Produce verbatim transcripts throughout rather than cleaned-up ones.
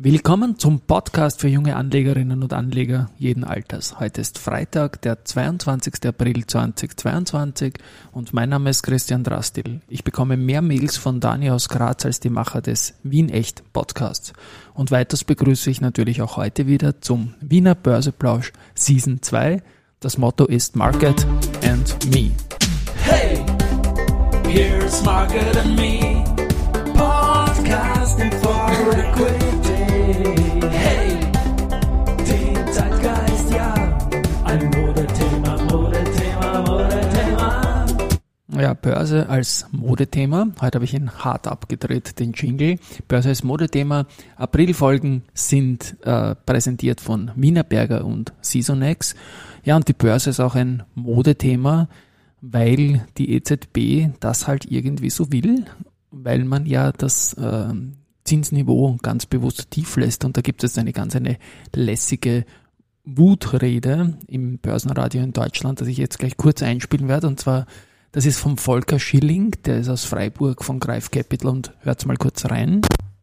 Willkommen zum Podcast für junge Anlegerinnen und Anleger jeden Alters. Heute ist Freitag, der zweiundzwanzigster April zweitausendzweiundzwanzig und mein Name ist Christian Drastil. Ich bekomme mehr Mails von Dani aus Graz als die Macher des Wien Echt Podcasts. Und weiters begrüße ich natürlich auch heute wieder zum Wiener Börseplausch Season zwei. Das Motto ist Market and Me. Hey, here's Market and Me, podcasting for equity. Hey, den Zeitgeist, ja, ein Modethema, Modethema, Modethema. Ja, Börse als Modethema. Heute habe ich ihn hart abgedreht, den Jingle. Börse als Modethema. Aprilfolgen sind äh, präsentiert von Wienerberger und Seasonex. Ja, und die Börse ist auch ein Modethema, weil die E Z B das halt irgendwie so will, weil man ja das äh, Zinsniveau ganz bewusst tief lässt. Und da gibt es eine ganz eine lässige Wutrede im Börsenradio in Deutschland, das ich jetzt gleich kurz einspielen werde. Und zwar, das ist vom Volker Schilling, der ist aus Freiburg von Greif Capital, und hört's mal kurz rein.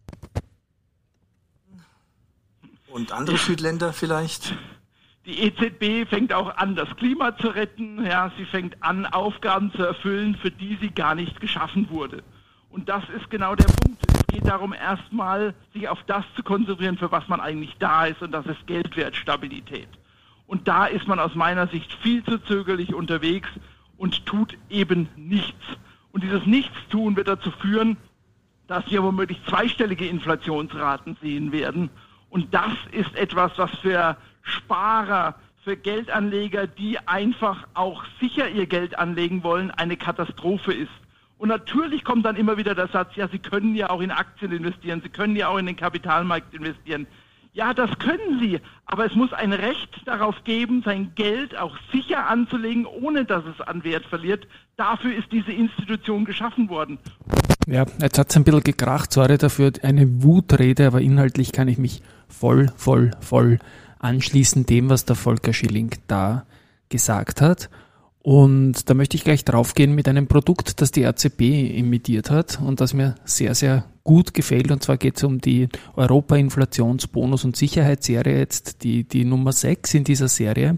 Und andere Südländer vielleicht? Die E Z B fängt auch an, das Klima zu retten. Ja, sie fängt an, Aufgaben zu erfüllen, für die sie gar nicht geschaffen wurde. Und das ist genau der Punkt. Es geht darum, erstmal sich auf das zu konzentrieren, für was man eigentlich da ist, und das ist Geldwertstabilität. Und da ist man aus meiner Sicht viel zu zögerlich unterwegs und tut eben nichts. Und dieses Nichtstun wird dazu führen, dass wir womöglich zweistellige Inflationsraten sehen werden. Und das ist etwas, was für Sparer, für Geldanleger, die einfach auch sicher ihr Geld anlegen wollen, eine Katastrophe ist. Und natürlich kommt dann immer wieder der Satz, ja, Sie können ja auch in Aktien investieren, Sie können ja auch in den Kapitalmarkt investieren. Ja, das können Sie, aber es muss ein Recht darauf geben, sein Geld auch sicher anzulegen, ohne dass es an Wert verliert. Dafür ist diese Institution geschaffen worden. Ja, jetzt hat es ein bisschen gekracht, sorry dafür, eine Wutrede, aber inhaltlich kann ich mich voll, voll, voll anschließen dem, was der Volker Schilling da gesagt hat. Und da möchte ich gleich draufgehen mit einem Produkt, das die R C B emittiert hat und das mir sehr, sehr gut gefällt. Und zwar geht es um die Europa-Inflationsbonus- und Sicherheitsserie, jetzt die, die Nummer sechs in dieser Serie.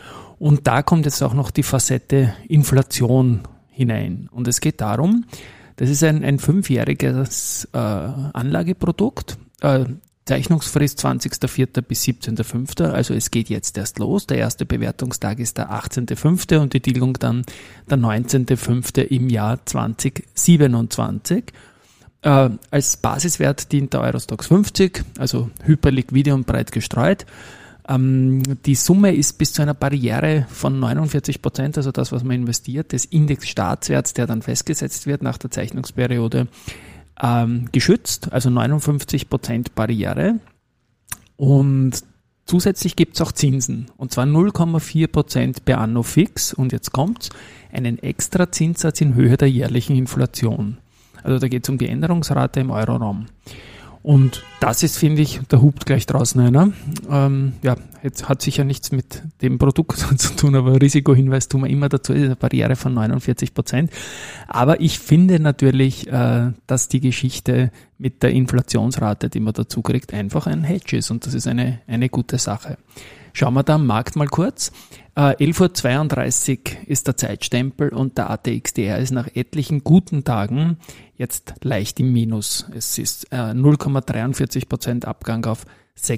Und da kommt jetzt auch noch die Facette Inflation hinein. Und es geht darum, das ist ein, ein fünfjähriges äh, Anlageprodukt, äh, Zeichnungsfrist zwanzigster vierter bis siebzehnter fünfter Also es geht jetzt erst los. Der erste Bewertungstag ist der achtzehnter fünfter und die Tilgung dann der neunzehnter fünfter im Jahr zweitausendsiebenundzwanzig. Äh, als Basiswert dient der Eurostoxx fünfzig, also hyperliquide und breit gestreut. Ähm, die Summe ist bis zu einer Barriere von neunundvierzig Prozent, also das, was man investiert, des Indexstaatswerts, der dann festgesetzt wird nach der Zeichnungsperiode, Ähm, geschützt, also neunundfünfzig Prozent Barriere, und zusätzlich gibt es auch Zinsen, und zwar null Komma vier Prozent per anno fix, und jetzt kommt's, einen extra Zinssatz in Höhe der jährlichen Inflation. Also da geht es um die Änderungsrate im Euroraum. Und das ist, finde ich, der hupt gleich draußen einer. Ähm, ja, jetzt hat sicher nichts mit dem Produkt zu tun, aber Risikohinweis tun wir immer dazu, ist eine Barriere von neunundvierzig Prozent. Aber ich finde natürlich, äh, dass die Geschichte mit der Inflationsrate, die man dazu kriegt, einfach ein Hedge ist, und das ist eine, eine gute Sache. Schauen wir da am Markt mal kurz. Äh, elf Uhr zweiunddreißig ist der Zeitstempel und der A T X D R ist nach etlichen guten Tagen jetzt leicht im Minus. Es ist äh, null Komma dreiundvierzig Prozent Abgang auf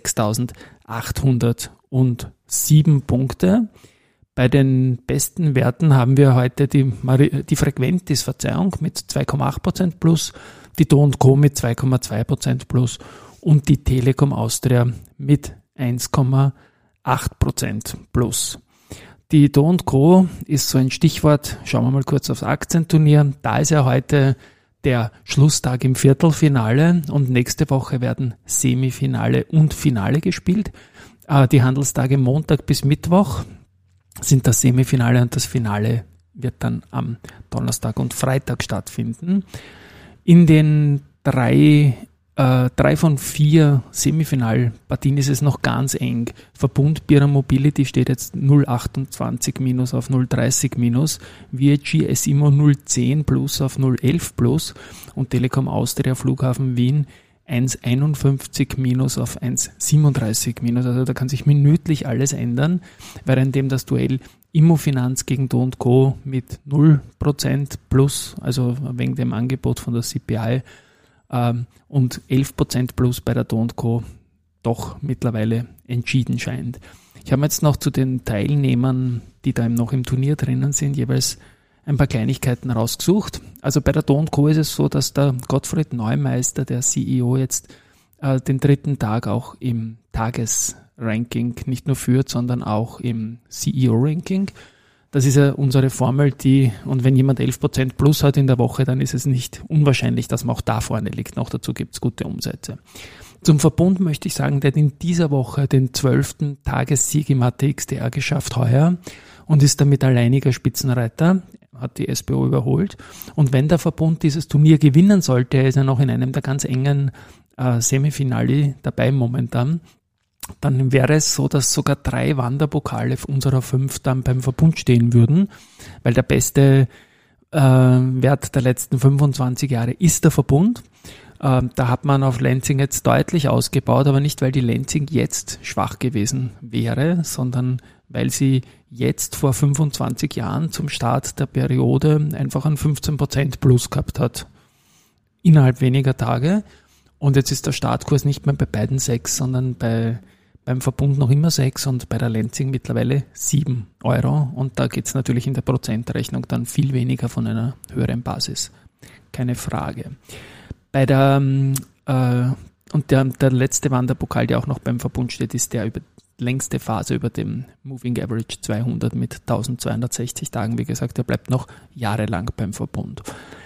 sechstausendachthundertsieben Punkte. Bei den besten Werten haben wir heute die, die Frequentis, Verzeihung, mit zwei Komma acht Prozent plus, die Do und Co mit zwei Komma zwei Prozent plus und die Telekom Austria mit eins Komma acht Prozent plus. Die Do und Co ist so ein Stichwort. Schauen wir mal kurz aufs Aktienturnier. Da ist ja heute der Schlusstag im Viertelfinale und nächste Woche werden Semifinale und Finale gespielt. Die Handelstage Montag bis Mittwoch sind das Semifinale und das Finale wird dann am Donnerstag und Freitag stattfinden. In den drei Äh, drei von vier Semifinalpartien ist es noch ganz eng. Verbund Bira Mobility steht jetzt null Komma achtundzwanzig minus auf null Komma dreißig minus, V I G S I M O null Komma zehn plus auf null Komma elf plus und Telekom Austria Flughafen Wien eins Komma einundfünfzig minus auf eins Komma siebenunddreißig minus. Also da kann sich minütlich alles ändern, währenddem das Duell Immofinanz gegen Do und Co. mit null Prozent plus, also wegen dem Angebot von der C P I, ähm, und elf Prozent plus bei der Do und Co. doch mittlerweile entschieden scheint. Ich habe jetzt noch zu den Teilnehmern, die da noch im Turnier drinnen sind, jeweils ein paar Kleinigkeiten rausgesucht. Also bei der Do und Co. ist es so, dass der Gottfried Neumeister, der C E O, jetzt äh, den dritten Tag auch im Tagesranking nicht nur führt, sondern auch im C E O-Ranking. Das ist ja unsere Formel, die, und wenn jemand elf Prozent plus hat in der Woche, dann ist es nicht unwahrscheinlich, dass man auch da vorne liegt. Noch dazu gibt es gute Umsätze. Zum Verbund möchte ich sagen, der hat in dieser Woche den zwölften Tagessieg im A T X T R geschafft heuer und ist damit alleiniger Spitzenreiter, hat die S B O überholt. Und wenn der Verbund dieses Turnier gewinnen sollte, ist er noch in einem der ganz engen äh, Semifinale dabei momentan, dann wäre es so, dass sogar drei Wanderpokale unserer fünf dann beim Verbund stehen würden, weil der beste äh, Wert der letzten fünfundzwanzig Jahre ist der Verbund. Äh, da hat man auf Lenzing jetzt deutlich ausgebaut, aber nicht, weil die Lenzing jetzt schwach gewesen wäre, sondern weil sie jetzt vor fünfundzwanzig Jahren zum Start der Periode einfach einen fünfzehn Prozent Plus gehabt hat. Innerhalb weniger Tage. Und jetzt ist der Startkurs nicht mehr bei beiden sechs, sondern bei, beim Verbund noch immer sechs und bei der Lenzing mittlerweile sieben Euro. Und da geht es natürlich in der Prozentrechnung dann viel weniger von einer höheren Basis. Keine Frage. Bei der, äh, und der, der letzte Wanderpokal, der auch noch beim Verbund steht, ist der über längste Phase über dem Moving Average zweihundert mit eintausendzweihundertsechzig Tagen. Wie gesagt, der bleibt noch jahrelang beim Verbund.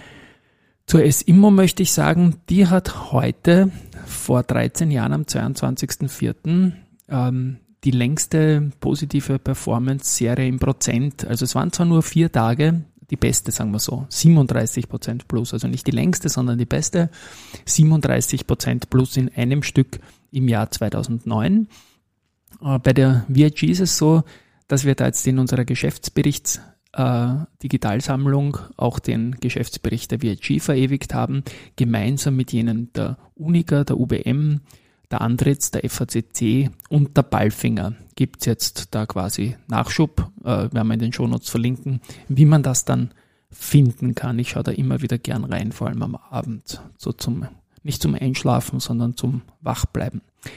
Zur S-Immo möchte ich sagen, die hat heute vor dreizehn Jahren am zweiundzwanzigsten vierten ähm, die längste positive Performance-Serie im Prozent. Also es waren zwar nur vier Tage, die beste, sagen wir so, siebenunddreißig Prozent plus, also nicht die längste, sondern die beste, siebenunddreißig Prozent plus in einem Stück im Jahr zweitausendneun. Äh, bei der V I G ist es so, dass wir da jetzt in unserer Geschäftsberichts Äh, Digitalsammlung auch den Geschäftsbericht der V I G verewigt haben, gemeinsam mit jenen der Unica, der U B M, der Andritz, der F A C C und der Balfinger. Gibt es jetzt da quasi Nachschub, äh, werden wir in den Shownotes verlinken, wie man das dann finden kann. Ich schaue da immer wieder gern rein, vor allem am Abend, so zum, nicht zum Einschlafen, sondern zum Wachbleiben.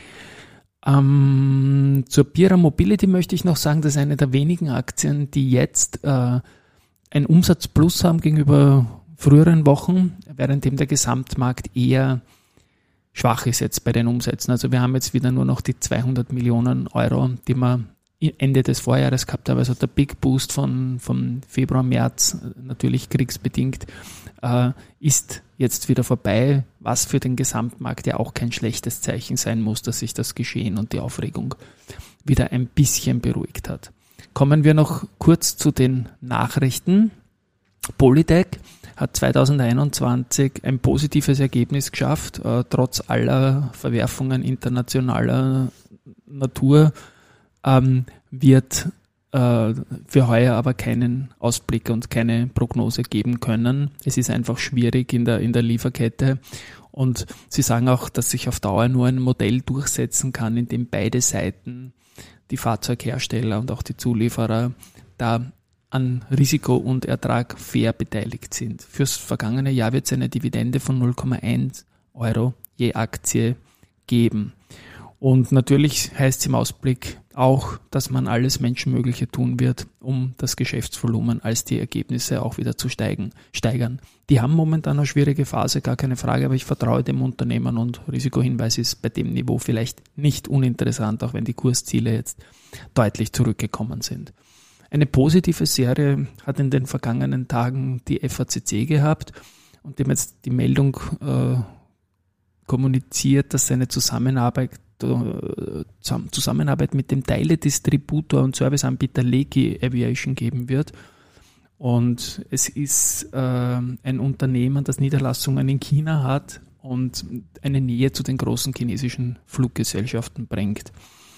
Ähm, zur Bira Mobility möchte ich noch sagen, das ist eine der wenigen Aktien, die jetzt äh, einen Umsatzplus haben gegenüber früheren Wochen, währenddem der Gesamtmarkt eher schwach ist jetzt bei den Umsätzen. Also wir haben jetzt wieder nur noch die zweihundert Millionen Euro, die wir Ende des Vorjahres gehabt haben. Also der Big Boost von, von Februar, März, natürlich kriegsbedingt, äh, ist jetzt wieder vorbei, was für den Gesamtmarkt ja auch kein schlechtes Zeichen sein muss, dass sich das Geschehen und die Aufregung wieder ein bisschen beruhigt hat. Kommen wir noch kurz zu den Nachrichten. Polytech hat zweitausendeinundzwanzig ein positives Ergebnis geschafft, äh, trotz aller Verwerfungen internationaler Natur, ähm, wird äh, für heuer aber keinen Ausblick und keine Prognose geben können. Es ist einfach schwierig in der, in der Lieferkette und sie sagen auch, dass sich auf Dauer nur ein Modell durchsetzen kann, in dem beide Seiten, die Fahrzeughersteller und auch die Zulieferer, da an Risiko und Ertrag fair beteiligt sind. Fürs vergangene Jahr wird es eine Dividende von null Komma eins Euro je Aktie geben. Und natürlich heißt es im Ausblick auch, dass man alles Menschenmögliche tun wird, um das Geschäftsvolumen als die Ergebnisse auch wieder zu steigen, steigern. Die haben momentan eine schwierige Phase, gar keine Frage, aber ich vertraue dem Unternehmen und Risikohinweis ist bei dem Niveau vielleicht nicht uninteressant, auch wenn die Kursziele jetzt deutlich zurückgekommen sind. Eine positive Serie hat in den vergangenen Tagen die F A C C gehabt und dem jetzt die Meldung äh, kommuniziert, dass seine Zusammenarbeit Zusammenarbeit mit dem Teiledistributor und Serviceanbieter Leki Aviation geben wird. Und es ist äh, ein Unternehmen, das Niederlassungen in China hat und eine Nähe zu den großen chinesischen Fluggesellschaften bringt.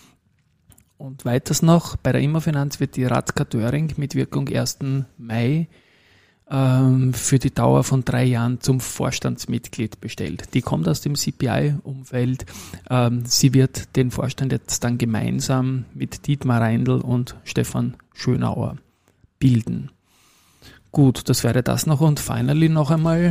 Und weiters noch, bei der Immofinanz wird die Radka Döring mit Wirkung ersten Mai ähm, für die Dauer von drei Jahren zum Vorstandsmitglied bestellt. Die kommt aus dem C P I-Umfeld. Ähm, sie wird den Vorstand jetzt dann gemeinsam mit Dietmar Reindl und Stefan Schönauer bilden. Gut, das wäre das noch und finally noch einmal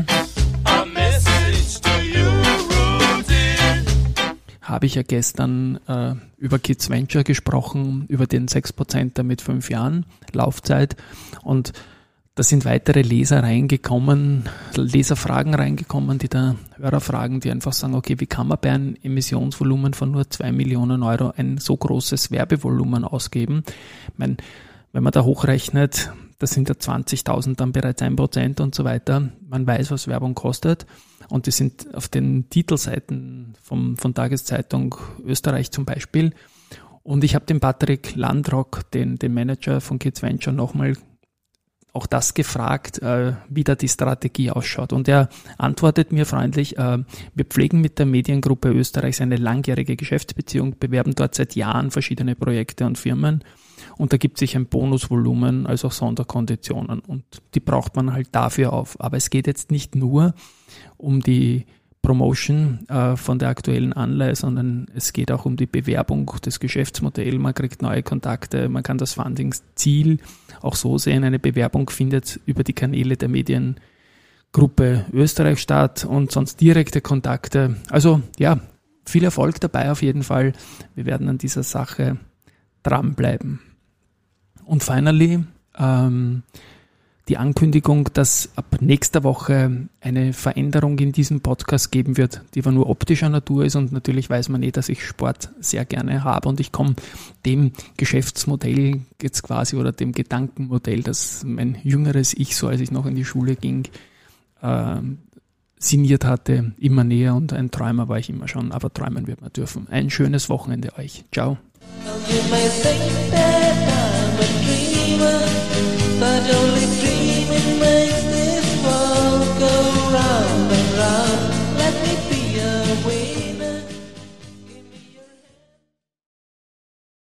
habe ich ja gestern äh, über Kids Venture gesprochen, über den sechs Prozent mit fünf Jahren Laufzeit und da sind weitere Leser reingekommen, Leserfragen reingekommen, die da Hörer fragen, die einfach sagen, okay, wie kann man bei einem Emissionsvolumen von nur zwei Millionen Euro ein so großes Werbevolumen ausgeben? Ich meine, wenn man da hochrechnet, das sind ja zwanzigtausend dann bereits ein Prozent und so weiter. Man weiß, was Werbung kostet. Und die sind auf den Titelseiten vom, von Tageszeitung Österreich zum Beispiel. Und ich habe den Patrick Landrock, den, den Manager von Kids Venture, nochmal auch das gefragt, äh, wie da die Strategie ausschaut. Und er antwortet mir freundlich, äh, wir pflegen mit der Mediengruppe Österreichs eine langjährige Geschäftsbeziehung, bewerben dort seit Jahren verschiedene Projekte und Firmen. Und da gibt sich ein Bonusvolumen, also auch Sonderkonditionen. Und die braucht man halt dafür auf. Aber es geht jetzt nicht nur um die Promotion äh, von der aktuellen Anleihe, sondern es geht auch um die Bewerbung des Geschäftsmodells. Man kriegt neue Kontakte, man kann das Fundingsziel auch so sehen. Eine Bewerbung findet über die Kanäle der Mediengruppe Österreich statt und sonst direkte Kontakte. Also ja, viel Erfolg dabei auf jeden Fall. Wir werden an dieser Sache dranbleiben. Und finally, ähm, die Ankündigung, dass ab nächster Woche eine Veränderung in diesem Podcast geben wird, die aber nur optischer Natur ist und natürlich weiß man eh, dass ich Sport sehr gerne habe und ich komme dem Geschäftsmodell jetzt quasi oder dem Gedankenmodell, das mein jüngeres Ich, so als ich noch in die Schule ging, äh, sinniert hatte, immer näher und ein Träumer war ich immer schon, aber träumen wird man dürfen. Ein schönes Wochenende euch. Ciao. You may think that I'm a dreamer, but only